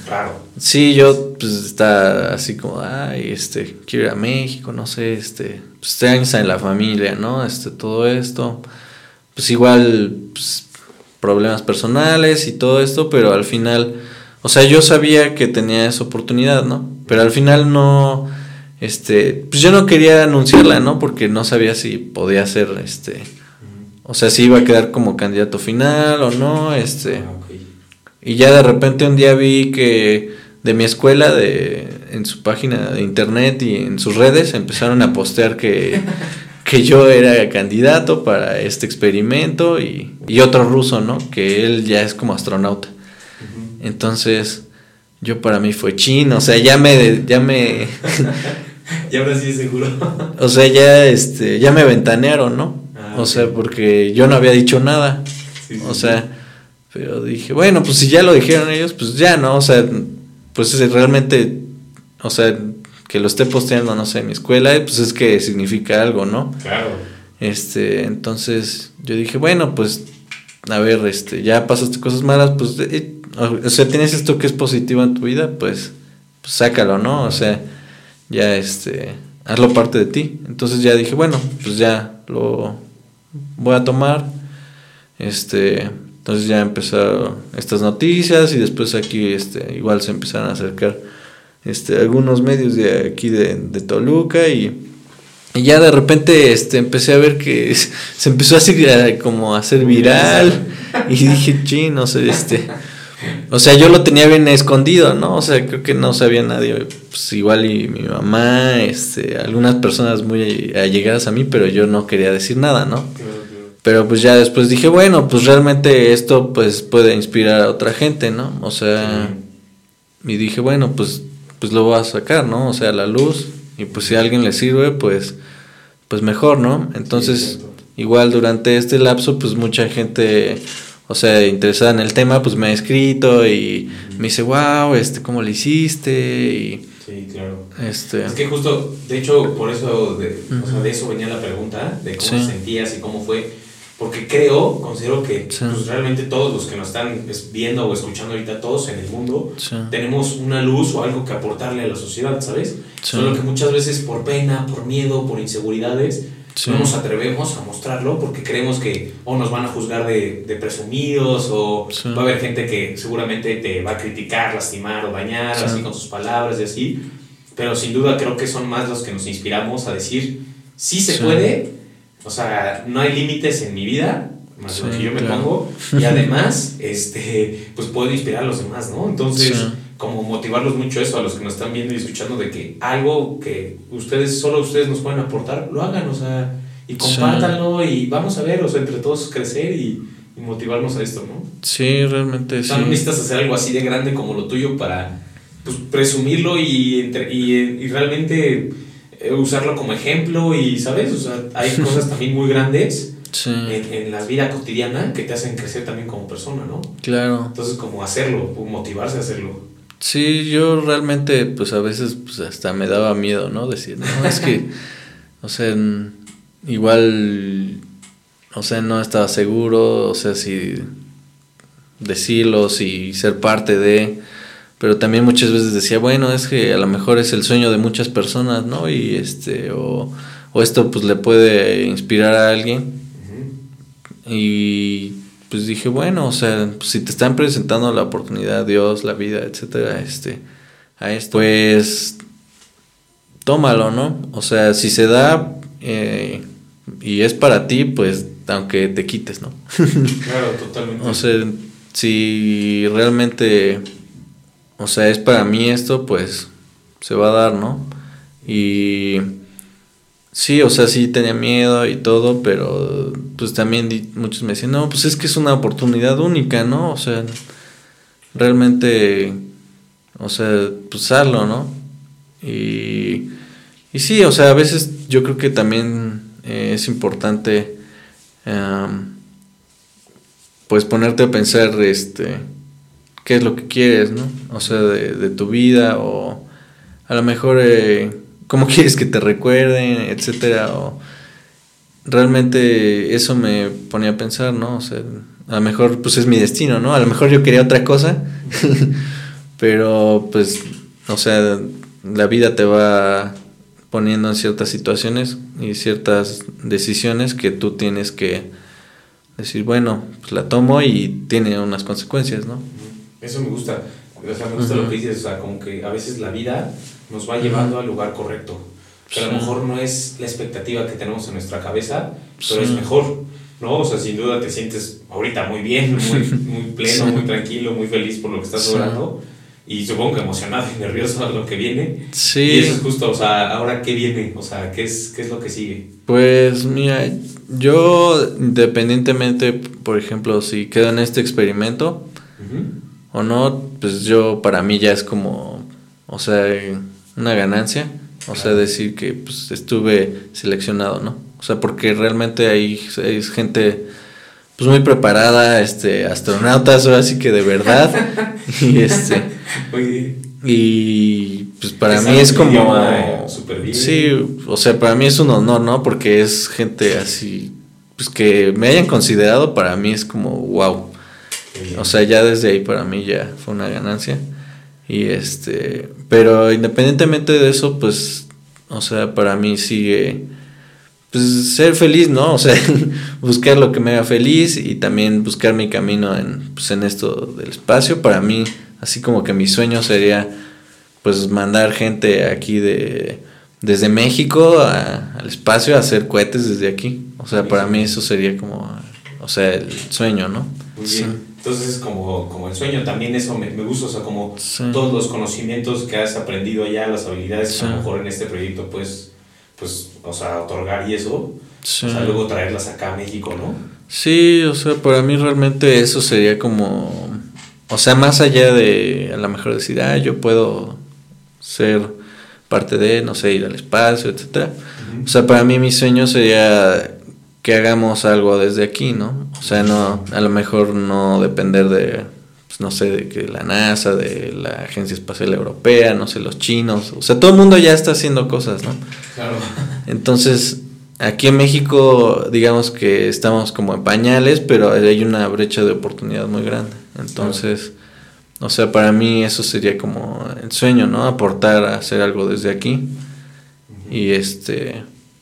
Claro. Sí, yo pues estaba así como, ay, este, quiero ir a México, no sé, este, pues extrañas en la familia, ¿no? Este, todo esto, pues igual, pues, problemas personales y todo esto, pero al final, o sea, yo sabía que tenía esa oportunidad, ¿no? Pero al final no, este, pues yo no quería anunciarla, ¿no? Porque no sabía si podía ser, este, o sea, si iba a quedar como candidato final o no, este, Ah, ok. y ya de repente un día vi que de mi escuela, de, en su página de internet y en sus redes, empezaron a postear que, que yo era candidato para este experimento y, y otro ruso, ¿no? Que él ya es como astronauta. Ujú. Entonces, yo para mí fue chino, o sea, ya me, ya me, Y ahora sí es seguro. o sea, ya, este, ya me ventanearon, ¿no? Ah, O sea, ok. porque yo no había dicho nada. Sí, sí, O sí. sea, pero dije, bueno, pues si ya lo dijeron ellos, pues ya, ¿no? O sea, pues es realmente, o sea, que lo esté posteando, no sé, en mi escuela, pues es que significa algo, ¿no? Claro. Este, entonces yo dije, bueno, pues, a ver, este, ya pasaste cosas malas, pues, eh, o sea, tienes esto que es positivo en tu vida, pues, pues sácalo, ¿no? O sea, ya, este, hazlo parte de ti. Entonces ya dije, bueno, pues ya lo voy a tomar. Este, entonces ya empezaron estas noticias y después aquí, este, igual se empezaron a acercar, este, algunos medios de aquí de, de Toluca y, y ya de repente, este, empecé a ver que se empezó a hacer como a hacer viral y dije, chin, no sé, este, o sea, yo lo tenía bien escondido, ¿no? O sea, creo que no sabía nadie, pues igual y mi mamá, este, algunas personas muy allegadas a mí, pero yo no quería decir nada, ¿no? Claro, claro. Pero pues ya después dije, bueno, pues realmente esto pues puede inspirar a otra gente, ¿no? O sea, Sí. y dije, bueno, pues pues lo voy a sacar, ¿no? O sea, a la luz, y pues si a alguien le sirve, pues pues mejor, ¿no? Entonces, Sí, exacto. igual durante este lapso, pues mucha gente, o sea, interesada en el tema, pues me ha escrito y Ujú. me dice, wow, este, ¿cómo lo hiciste? Y Sí, claro. este, Es que justo, de hecho, por eso, de, o sea, Ujú. de eso venía la pregunta, de cómo Sí. te sentías y cómo fue. Porque creo, considero que Sí. pues, realmente todos los que nos están es- viendo o escuchando ahorita, todos en el mundo, sí, tenemos una luz o algo que aportarle a la sociedad, ¿sabes? sí, Solo que muchas veces por pena, por miedo, por inseguridades, sí, no nos atrevemos a mostrarlo porque creemos que o nos van a juzgar de, de presumidos o Sí. va a haber gente que seguramente te va a criticar, lastimar o dañar, Sí. así con sus palabras y así. Pero sin duda creo que son más los que nos inspiramos a decir, sí se Sí. puede, o sea, no hay límites en mi vida, más de lo Sí, que yo me claro. pongo, y además, este, pues puedo inspirar a los demás, ¿no? Entonces, Sí. como motivarlos mucho eso a los que nos están viendo y escuchando de que algo que ustedes, solo ustedes nos pueden aportar, lo hagan, o sea, y compártanlo y vamos a ver, o sea, entre todos crecer y, y motivarnos a esto, ¿no? sí, realmente O sí. sea, no necesitas hacer algo así de grande como lo tuyo para pues, presumirlo y, entre, y, y realmente eh, usarlo como ejemplo y, ¿sabes? O sea, hay cosas también muy grandes Sí, en, en la vida cotidiana que te hacen crecer también como persona, ¿no? claro. Entonces, como hacerlo, o motivarse a hacerlo. Sí, yo realmente, pues a veces, pues hasta me daba miedo, ¿no? Decir, no, es que, o sea, n- igual, o sea, no estaba seguro, o sea, si decirlo, si ser parte de, pero también muchas veces decía, bueno, es que a lo mejor es el sueño de muchas personas, ¿no? Y este, o, o esto pues le puede inspirar a alguien. Ujú. Y pues dije, bueno, o sea, pues, si te están presentando la oportunidad, Dios, la vida, etcétera, este, a esto, pues tómalo, ¿no? O sea, si se da eh, y es para ti, pues aunque te quites, ¿no? Claro, totalmente. O sea, si realmente, o sea, es para mí esto, pues se va a dar, ¿no? Y sí, o sea, sí tenía miedo y todo, pero pues también di- muchos me decían, no, pues es que es una oportunidad única, ¿no? O sea, realmente, o sea, pues hazlo, ¿no? Y, y sí, o sea, a veces yo creo que también eh, es importante, em, pues ponerte a pensar, este, qué es lo que quieres, ¿no? O sea, de, de tu vida o a lo mejor eh, cómo quieres que te recuerden, etcétera, o realmente eso me ponía a pensar, ¿no? O sea, a lo mejor pues es mi destino, ¿no? A lo mejor yo quería otra cosa, pero pues, o sea, la vida te va poniendo en ciertas situaciones y ciertas decisiones que tú tienes que decir, bueno, pues la tomo y tiene unas consecuencias, ¿no? Eso me gusta, o sea, me gusta uh-huh. lo que dices, o sea, como que a veces la vida nos va llevando uh-huh. al lugar correcto, que sí. a lo mejor no es la expectativa que tenemos en nuestra cabeza, pero sí. es mejor, ¿no? O sea, sin duda te sientes ahorita muy bien, muy, muy pleno, sí. muy tranquilo, muy feliz por lo que estás sí. logrando, y supongo que emocionado y nervioso a lo que viene. Sí. Y eso es justo, o sea, ahora ¿qué viene? O sea, ¿qué es, qué es lo que sigue? Pues mira, yo independientemente, por ejemplo, si quedo en este experimento uh-huh. o no, pues yo para mí ya es como, o sea, una ganancia, o claro. sea, decir que pues estuve seleccionado, ¿no? O sea, porque realmente hay, hay gente pues muy preparada, este, astronautas, ahora sí que de verdad, y este, Oye. y pues para mí es como, sí, o sea, para mí es un honor, ¿no? Porque es gente así, pues que me hayan considerado, para mí es como wow, o sea, ya desde ahí para mí ya fue una ganancia, y este, pero independientemente de eso, pues, o sea, para mí sigue, pues ser feliz, ¿no? O sea, buscar lo que me haga feliz y también buscar mi camino en, pues, en esto del espacio. Para mí, así como que mi sueño sería, pues, mandar gente aquí de desde México a, al espacio a hacer cohetes desde aquí. O sea, para mí eso sería como, o sea, el sueño, ¿no? Muy bien. Sí. Entonces, como, como el sueño, también eso me, me gusta, o sea, como sí. todos los conocimientos que has aprendido allá, las habilidades sí. que a lo mejor en este proyecto, pues... pues, o sea, otorgar y eso, sí. o sea, luego traerlas acá a México, ¿no? Sí, o sea, para mí realmente eso sería como, o sea, más allá de a lo mejor decir, ah, yo puedo ser parte de, no sé, ir al espacio, etcétera. Uh-huh. O sea, para mí mi sueño sería que hagamos algo desde aquí, ¿no? O sea, no, a lo mejor no depender de, pues, no sé, de que la NASA, de la Agencia Espacial Europea, no sé, los chinos, o sea, todo el mundo ya está haciendo cosas, ¿no? Claro. Entonces, aquí en México, digamos que estamos como en pañales, pero hay una brecha de oportunidad muy grande. Entonces, claro. o sea, para mí eso sería como el sueño, ¿no? Aportar a hacer algo desde aquí. Uh-huh. Y este,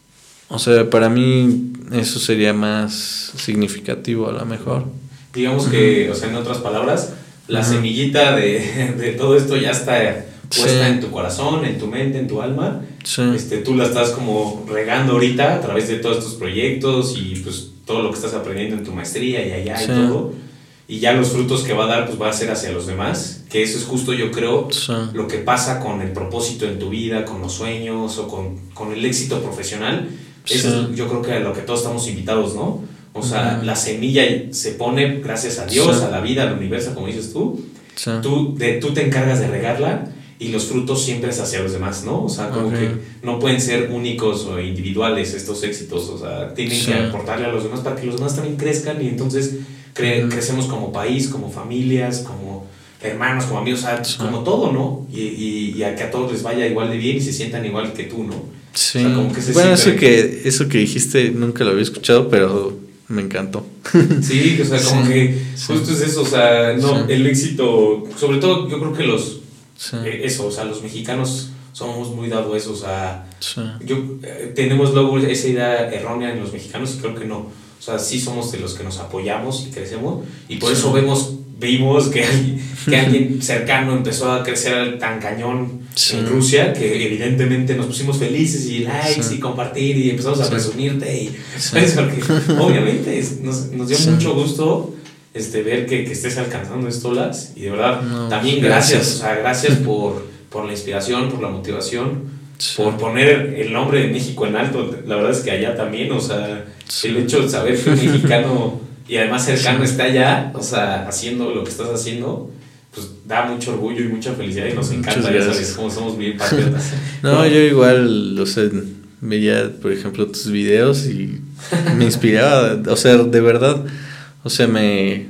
o sea, para mí eso sería más significativo a lo mejor. Digamos que, uh-huh. o sea, en otras palabras, la uh-huh. semillita de, de todo esto ya está puesta sí. en tu corazón, en tu mente, en tu alma. Sí. Este, tú la estás como regando ahorita a través de todos estos proyectos y pues todo lo que estás aprendiendo en tu maestría y allá sí. y todo. Y ya los frutos que va a dar pues va a ser hacia los demás, que eso es justo yo creo sí. lo que pasa con el propósito en tu vida, con los sueños o con, con el éxito profesional. Sí. Eso es, yo creo que a lo que todos estamos invitados, ¿no? O sea, uh-huh. la semilla se pone gracias a Dios, sí. a la vida, al universo, como dices tú. Sí. Tú, de, tú te encargas de regarla y los frutos siempre es hacia los demás, ¿no? O sea, como okay. que no pueden ser únicos o individuales estos éxitos, o sea, tienen sí. que aportarle a los demás para que los demás también crezcan y entonces cre- uh-huh. crecemos como país, como familias, como hermanos, como amigos, o sea, sí. como todo, ¿no? Y, y, y a que a todos les vaya igual de bien y se sientan igual que tú, ¿no? Sí. O sea, como que se bueno, siempre... eso que, eso que dijiste nunca lo había escuchado, pero me encantó. Sí, o sea, como sí. que justo sí. es eso, o sea, no, sí. el éxito, sobre todo yo creo que los Sí. eso, o sea, los mexicanos somos muy dados a eso, o sea, sí. yo, eh, tenemos luego esa idea errónea en los mexicanos y creo que no, o sea, sí somos de los que nos apoyamos y crecemos y por sí. eso vemos, vimos que, que alguien cercano empezó a crecer tan cañón sí. en Rusia, que evidentemente nos pusimos felices y likes sí. y compartir y empezamos a sí. presumirte y sí. ¿sabes? Porque obviamente nos, nos dio sí. mucho gusto Este, ver que, que estés alcanzando estolas y de verdad no, también gracias, gracias, o sea, gracias por, por la inspiración, por la motivación, sí. por poner el nombre de México en alto. La verdad es que allá también, o sea, sí. el hecho de saber que un mexicano y además cercano sí. está allá, o sea, haciendo lo que estás haciendo, pues da mucho orgullo y mucha felicidad y nos encanta, ya sabes, como somos bien patriotas. No, no, yo igual, o sea, veía, por ejemplo, tus videos y me inspiraba, o sea, de verdad. O sea, me...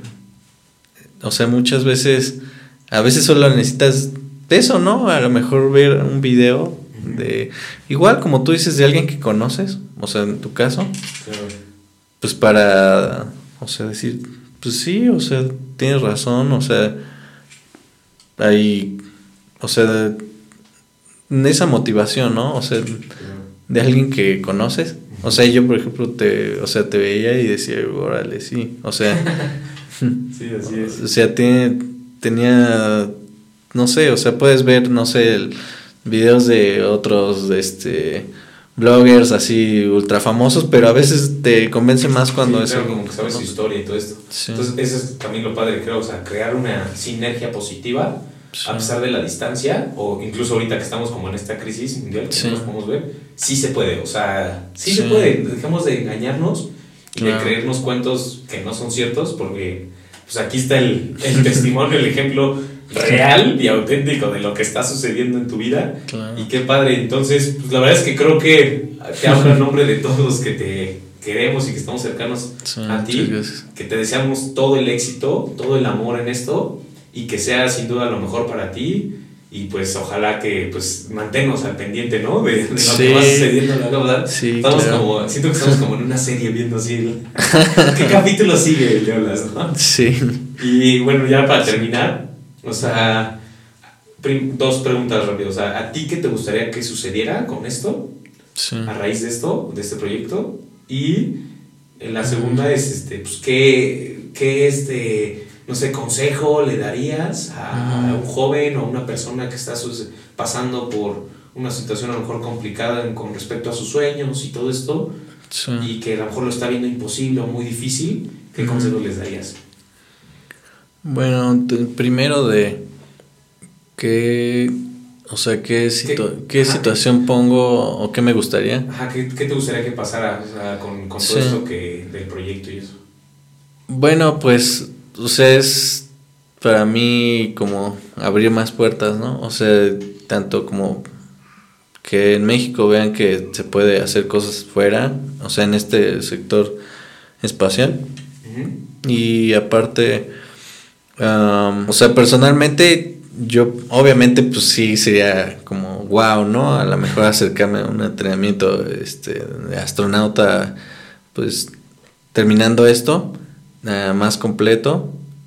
O sea, muchas veces... A veces solo necesitas eso, ¿no? A lo mejor ver un video de... Igual, como tú dices, de alguien que conoces. O sea, en tu caso. Claro. Pues para... O sea, decir... Pues sí, o sea, tienes razón. O sea... hay, o sea, esa motivación, ¿no? O sea, de alguien que conoces. O sea, yo, por ejemplo, te, o sea, te veía y decía, órale, sí. O sea, sí, así es. O sea, tiene, tenía, no sé, o sea, puedes ver, no sé, el, videos de otros, de este, bloggers así ultra famosos, pero a veces te convence más cuando sí, es claro, algo, como que sabes ¿no? su historia y todo esto. Sí. Entonces, eso es también lo padre, creo, o sea, crear una sinergia positiva. Sí. A pesar de la distancia, o incluso ahorita que estamos como en esta crisis mundial, que sí. no nos podemos ver, sí se puede, o sea, sí, sí. se puede, dejemos de engañarnos y claro. de creernos cuentos que no son ciertos, porque pues aquí está el, el testimonio, el ejemplo real y auténtico de lo que está sucediendo en tu vida, claro. y qué padre. Entonces, pues la verdad es que creo que te hablo en nombre de todos los que te queremos y que estamos cercanos sí, a ti, que te deseamos todo el éxito, todo el amor en esto, y que sea sin duda lo mejor para ti, y pues ojalá que pues manténnos al pendiente, ¿no? De, de lo sí. que va sucediendo, la verdad. Sí, estamos claro. como, siento que estamos como en una serie viendo así, el, ¿qué capítulo sigue, Leolas, no? Sí. Y bueno, ya para terminar, o sea, prim, dos preguntas rápidas, o sea, ¿a ti qué te gustaría que sucediera con esto? Sí. A raíz de esto, de este proyecto, y la segunda es, este, pues, ¿qué, qué este... no sé, consejo le darías a, a un joven o a una persona que está pasando por una situación a lo mejor complicada en, con respecto a sus sueños y todo esto, sí. y que a lo mejor lo está viendo imposible o muy difícil? ¿Qué uh-huh. consejo les darías? Bueno, te, primero de qué, o sea, qué, situ- ¿Qué, qué ajá, situación qué, pongo o qué me gustaría. Ajá, ¿qué, qué te gustaría que pasara, o sea, con, con todo sí. esto que, del proyecto y eso? Bueno, pues... O sea, es para mí como abrir más puertas, ¿no? O sea, tanto como que en México vean que se puede hacer cosas fuera, o sea, en este sector espacial. Uh-huh. Y aparte, um, o sea, personalmente, yo obviamente pues sí sería como wow, ¿no? A lo mejor acercarme a un entrenamiento este, de astronauta, pues terminando esto. Uh, más completo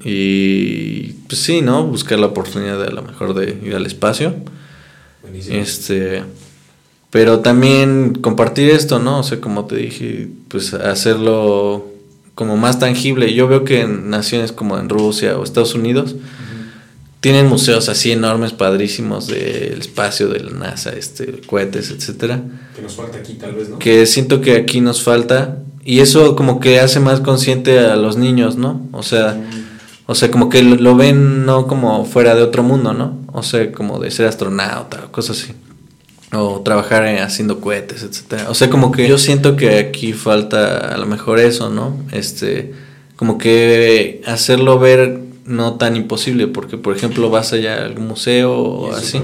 y pues sí, ¿no? Buscar la oportunidad de a lo mejor de ir al espacio. Buenísimo. Este, pero también compartir esto, ¿no? O sea, como te dije, pues hacerlo como más tangible. Yo veo que en naciones como en Rusia o Estados Unidos uh-huh. tienen museos así enormes, padrísimos del espacio, de la NASA, este, cohetes, etcétera. Que nos falta aquí tal vez, ¿no? Que siento que aquí nos falta. Y eso como que hace más consciente a los niños, ¿no? O sea, mm. o sea, como que lo, lo ven no como fuera de otro mundo, ¿no? O sea, como de ser astronauta o cosas así. O trabajar en, haciendo cohetes, etcétera. O sea, como que yo siento que aquí falta a lo mejor eso, ¿no? Este, como que hacerlo ver no tan imposible, porque por ejemplo vas allá a algún museo o así.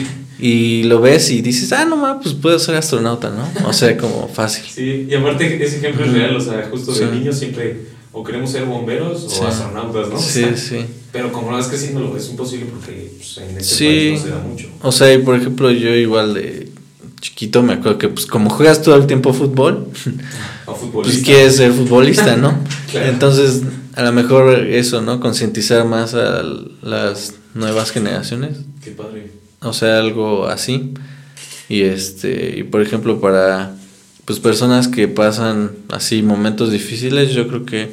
Y lo ves y dices, ah, no ma, pues puedo ser astronauta, ¿no? O sea, como fácil. Sí, y aparte ese ejemplo es real, o sea, justo sí. de niños siempre o queremos ser bomberos sí. o astronautas, ¿no? Sí, o sea, sí. Pero como vas creciendo lo es imposible porque pues, en este sí. país no se da mucho. O sea, y por ejemplo, yo igual de chiquito me acuerdo que pues como juegas todo el tiempo fútbol, o futbolista. Pues quieres ser futbolista, ¿no? Claro. Entonces, a lo mejor eso, ¿no? Concientizar más a las nuevas generaciones. Qué padre. O sea, algo así. Y este, y por ejemplo, para pues personas que pasan así momentos difíciles, yo creo que,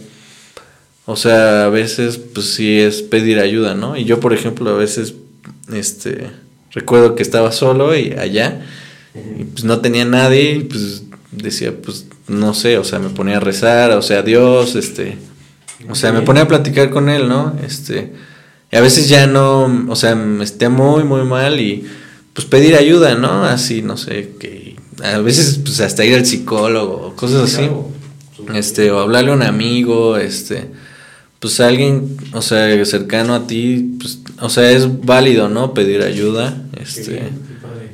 o sea, a veces pues sí es pedir ayuda, ¿no? Y yo, por ejemplo, a veces este recuerdo que estaba solo y allá y pues no tenía nadie y pues decía, pues no sé, o sea, me ponía a rezar, o sea, Dios, este, o sea, me ponía a platicar con él, ¿no? Este, y a veces ya no, o sea, me esté muy, muy mal y pues pedir ayuda, ¿no? Así, no sé, que a veces pues hasta ir al psicólogo o cosas así. Este, o hablarle a un amigo, este, pues a alguien, o sea, cercano a ti, pues, o sea, es válido, ¿no? Pedir ayuda, este. Qué bien, qué padre.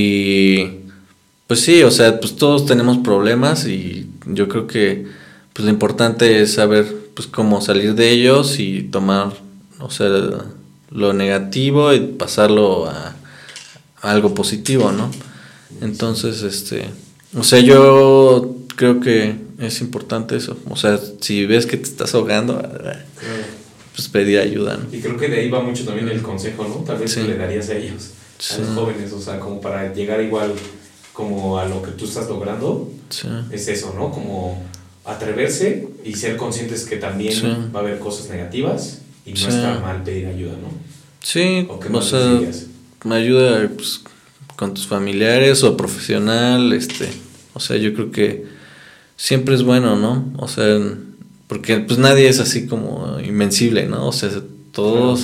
Y pues sí, o sea, pues todos tenemos problemas y yo creo que pues lo importante es saber pues cómo salir de ellos y tomar, o sea, lo negativo y pasarlo a, a algo positivo, ¿no? Entonces, este, o sea, yo creo que es importante eso. O sea, si ves que te estás ahogando, pues pues pedir ayuda, ¿no? Y creo que de ahí va mucho también el consejo, ¿no? Tal vez Sí. que le darías a ellos, Sí. a los jóvenes, o sea, como para llegar igual como a lo que tú estás logrando, Sí. es eso, ¿no? Como atreverse y ser conscientes que también Sí. va a haber cosas negativas y no Sí. está mal pedir ayuda, ¿no? Sí, ¿O qué o más sea, les dirías? me ayuda pues, con tus familiares o profesional, este, o sea, yo creo que siempre es bueno, ¿no? O sea, porque pues nadie es así como invencible, ¿no? O sea, todos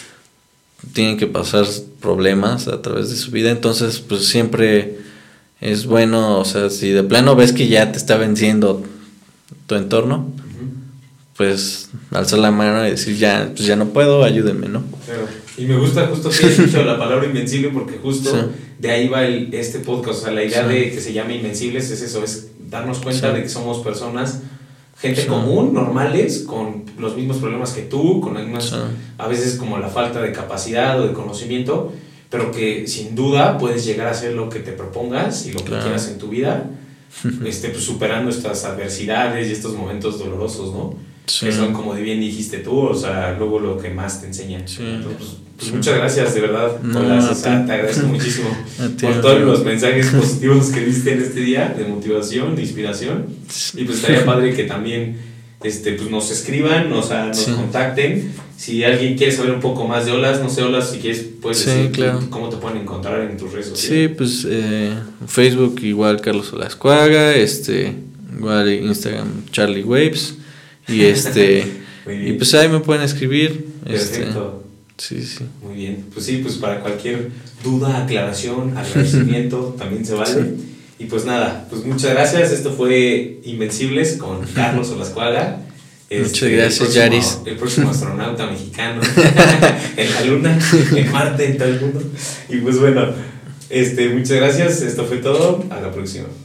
tienen que pasar problemas a través de su vida, entonces pues siempre es bueno, o sea, si de plano ves que ya te está venciendo tu entorno, Ujú. pues alzar la mano y decir ya, pues ya no puedo, ayúdenme, ¿no? Claro. Y me gusta justo que hayas dicho la palabra invencible porque justo Sí. de ahí va el, este podcast, o sea, la idea Sí. de que se llame Invencibles es eso, es darnos cuenta Sí. de que somos personas, gente Sí. común, normales, con los mismos problemas que tú, con algunas, Sí. a veces como la falta de capacidad o de conocimiento, pero que sin duda puedes llegar a hacer lo que te propongas y lo que Claro. quieras en tu vida, este, pues, superando estas adversidades y estos momentos dolorosos, ¿no? Sí. Que son, como bien dijiste tú, o sea, luego lo que más te enseñan. Sí. Entonces, pues, pues, Sí. muchas gracias, de verdad, No, Nicolás, a o sea, ti. te agradezco muchísimo A ti, por a todos ti. los mensajes positivos que diste en este día, de motivación, de inspiración, y pues estaría padre que también este, pues, nos escriban, o sea, nos Sí. contacten, si alguien quiere saber un poco más de Olas, no sé, Olas, si quieres, puedes Sí, decir claro. cómo te pueden encontrar en tus redes sociales. Sí, pues eh, Facebook igual Carlos Olascuaga, este, igual Instagram Charlie Waves y este Muy y bien. pues ahí me pueden escribir, este, Perfecto. sí, sí. Muy bien, pues sí, pues para cualquier duda, aclaración, agradecimiento, también se vale. Sí. Y pues nada, pues muchas gracias. Esto fue Invencibles con Carlos Olascuaga. Muchas el gracias, próximo- Yaris. El próximo astronauta mexicano en la luna, en Marte, en todo el mundo. Y pues bueno, este, muchas gracias. Esto fue todo. A la próxima.